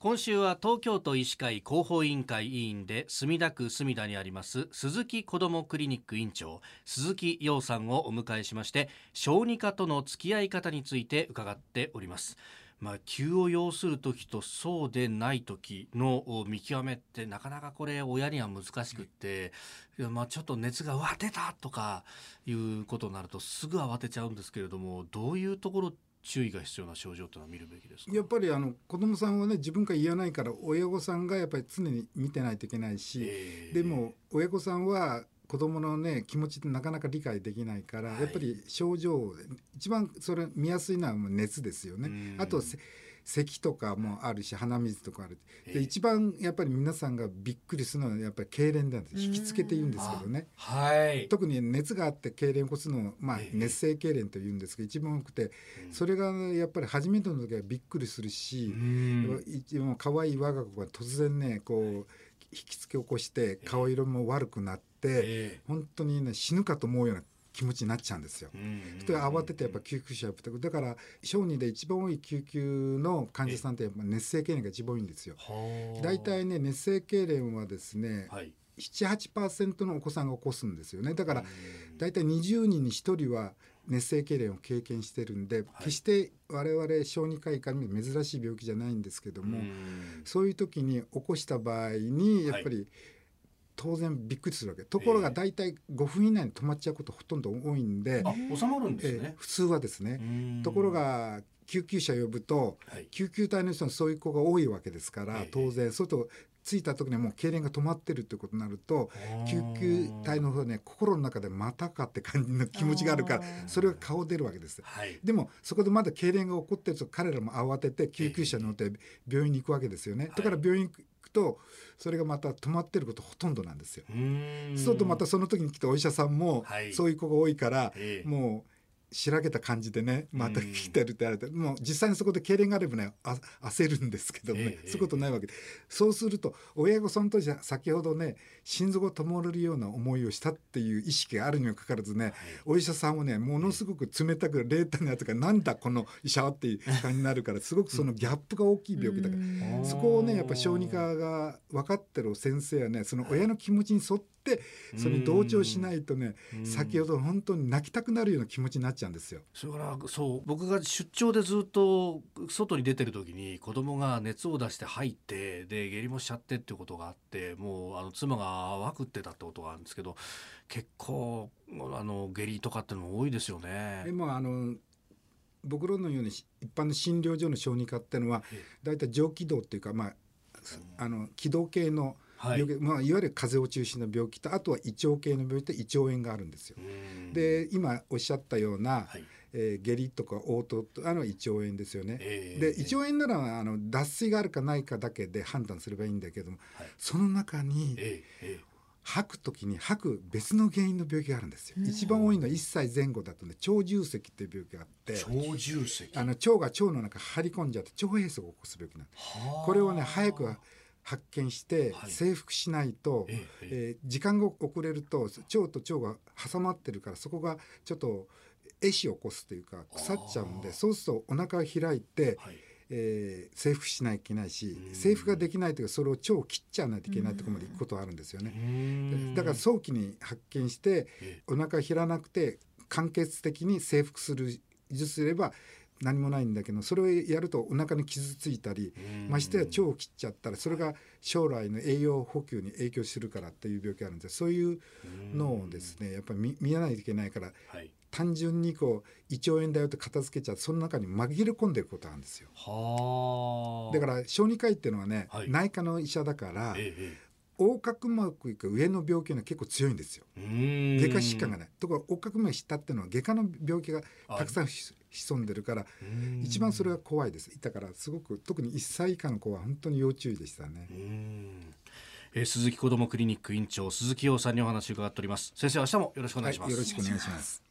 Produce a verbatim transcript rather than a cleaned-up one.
今週は東京都医師会広報委員会委員で墨田区墨田にあります鈴木こどもクリニック院長鈴木陽さんをお迎えしまして、小児科との付き合い方について伺っております。まあ、急を要する時とそうでない時の見極めってなかなかこれ親には難しくって、いやまあちょっと熱がうわ出たとかいうことになるとすぐ慌てちゃうんですけれども、どういうところ注意が必要な症状というのは見るべきですか？ やっぱりあの子どもさんはね、自分から言わないから親御さんがやっぱり常に見てないといけないし、 えー、 でも親御さんは子どものね気持ちってなかなか理解できないから、はい、やっぱり症状一番それ見やすいのはもう熱ですよね。あと咳とかもあるし、鼻水とかある。で一番やっぱり皆さんがびっくりするのはやっぱり痙攣なんです。引きつけて言うんですけどね、 はい、 特に熱があって痙攣を起こすのを、まあ、熱性痙攣というんですけど一番多くて、それがやっぱり初めての時はびっくりするし、一番可愛い我が子が突然ねこう引きつけ起こして顔色も悪くなって、本当にね死ぬかと思うような気持ちになっちゃうんですよ。それ慌ててやっぱ救急車を呼ぶ。だから小児で一番多い救急の患者さんってやっぱ熱性痙攣が一番多いんですよ。だいたいね熱性痙攣はですね、はい、なな、はちパーセント のお子さんが起こすんですよね。だからだいたいにじゅうにんにひとりは熱性痙攣を経験してるんで、はい、決して我々小児科医から見る珍しい病気じゃないんですけども、そういう時に起こした場合にやっぱり、はい、当然びっくりするわけ。ところがだいたいごふん以内に止まっちゃうことほとんど多いんで、 あ、収まるんですね、 えー、普通はですね。ところが救急車呼ぶと、はい、救急隊の人にそういう子が多いわけですから、当然それと着いた時にもう痙攣が止まってるってことになると、救急隊の方ね心の中でまたかって感じの気持ちがあるから、それが顔出るわけです、はい、でもそこでまだ痙攣が起こってると彼らも慌てて救急車に乗って病院に行くわけですよね、はい、だから病院に行くとそれがまた止まってることほとんどなんですよ。そうするとまたその時に来たお医者さんも、はい、そういう子が多いから、えー、もうしらけた感じでねまた来てるってあれて、もう実際にそこで痙攣があればねあ焦るんですけどね、ええ、そういうことないわけで、そうすると親御さんとじゃ先ほどね心臓が止まるような思いをしたっていう意識があるにもかかわらずね、はい、お医者さんはねものすごく冷たく冷淡なやつがなんだこの医者はっていう感じになるからすごくそのギャップが大きい病気だから、そこをねやっぱ小児科が分かってる先生はねその親の気持ちに沿ってそれに同調しないとね、先ほど本当に泣きたくなるような気持ちになっちゃうんですよ。 それからそう僕が出張でずっと外に出てる時に子供が熱を出して入ってで下痢もしちゃってっていうことがあって、もうあの妻がわくってたってことがあるんですけど、結構あの下痢とかってのも多いですよね。 でもあの僕らのように一般の診療所の小児科っていうのはだいたい上気道っていうか、まあ、あの気道系の病気、はいまあ、いわゆる風邪を中心の病気とあとは胃腸系の病気と胃腸炎があるんですよ。で今おっしゃったような、はいえー、下痢とか嘔吐とあの胃腸炎ですよね、えー、で胃腸炎ならあの脱水があるかないかだけで判断すればいいんだけども、はい、その中に、えーえー吐くときに吐く別の原因の病気があるんですよ。一番多いのはいっさいぜん後だとね腸重積っていう病気があって、 腸重積あの腸が腸の中張り込んじゃって腸閉塞を起こす病気なんです。これをね早く発見して征服しないと、はいえええー、時間が遅れると腸と腸が挟まってるからそこがちょっと壊死を起こすというか腐っちゃうんで、そうするとお腹を開いて、はいえー、征服しないといけないし、征服ができないというかそれを腸を切っちゃわないといけないところまで行くことがあるんですよね。だから早期に発見してお腹を開かなくて間欠的に征服する術すれば何もないんだけど、それをやるとお腹に傷ついたりましてや腸を切っちゃったらそれが将来の栄養補給に影響するからっていう病気があるんです。そういうのをですねやっぱり 見, 見ないといけないから、はい、単純にこう胃腸炎だよって片付けちゃうとその中に紛れ込んでることがあるんですよ。はだから小児科医っていうのはね、はい、内科の医者だから、ええ横隔膜が上の病気が結構強いんですよ。外科疾患がないところ横隔膜下っていうのは外科の病気がたくさん潜んでるから一番それが怖いです。だからすごく特にいっさい以下の子は本当に要注意でしたね。 うんえー、鈴木こどもクリニック院長鈴木陽さんにお話を伺っております。先生、明日もよろしくお願いします。 はい、よろしくお願いします。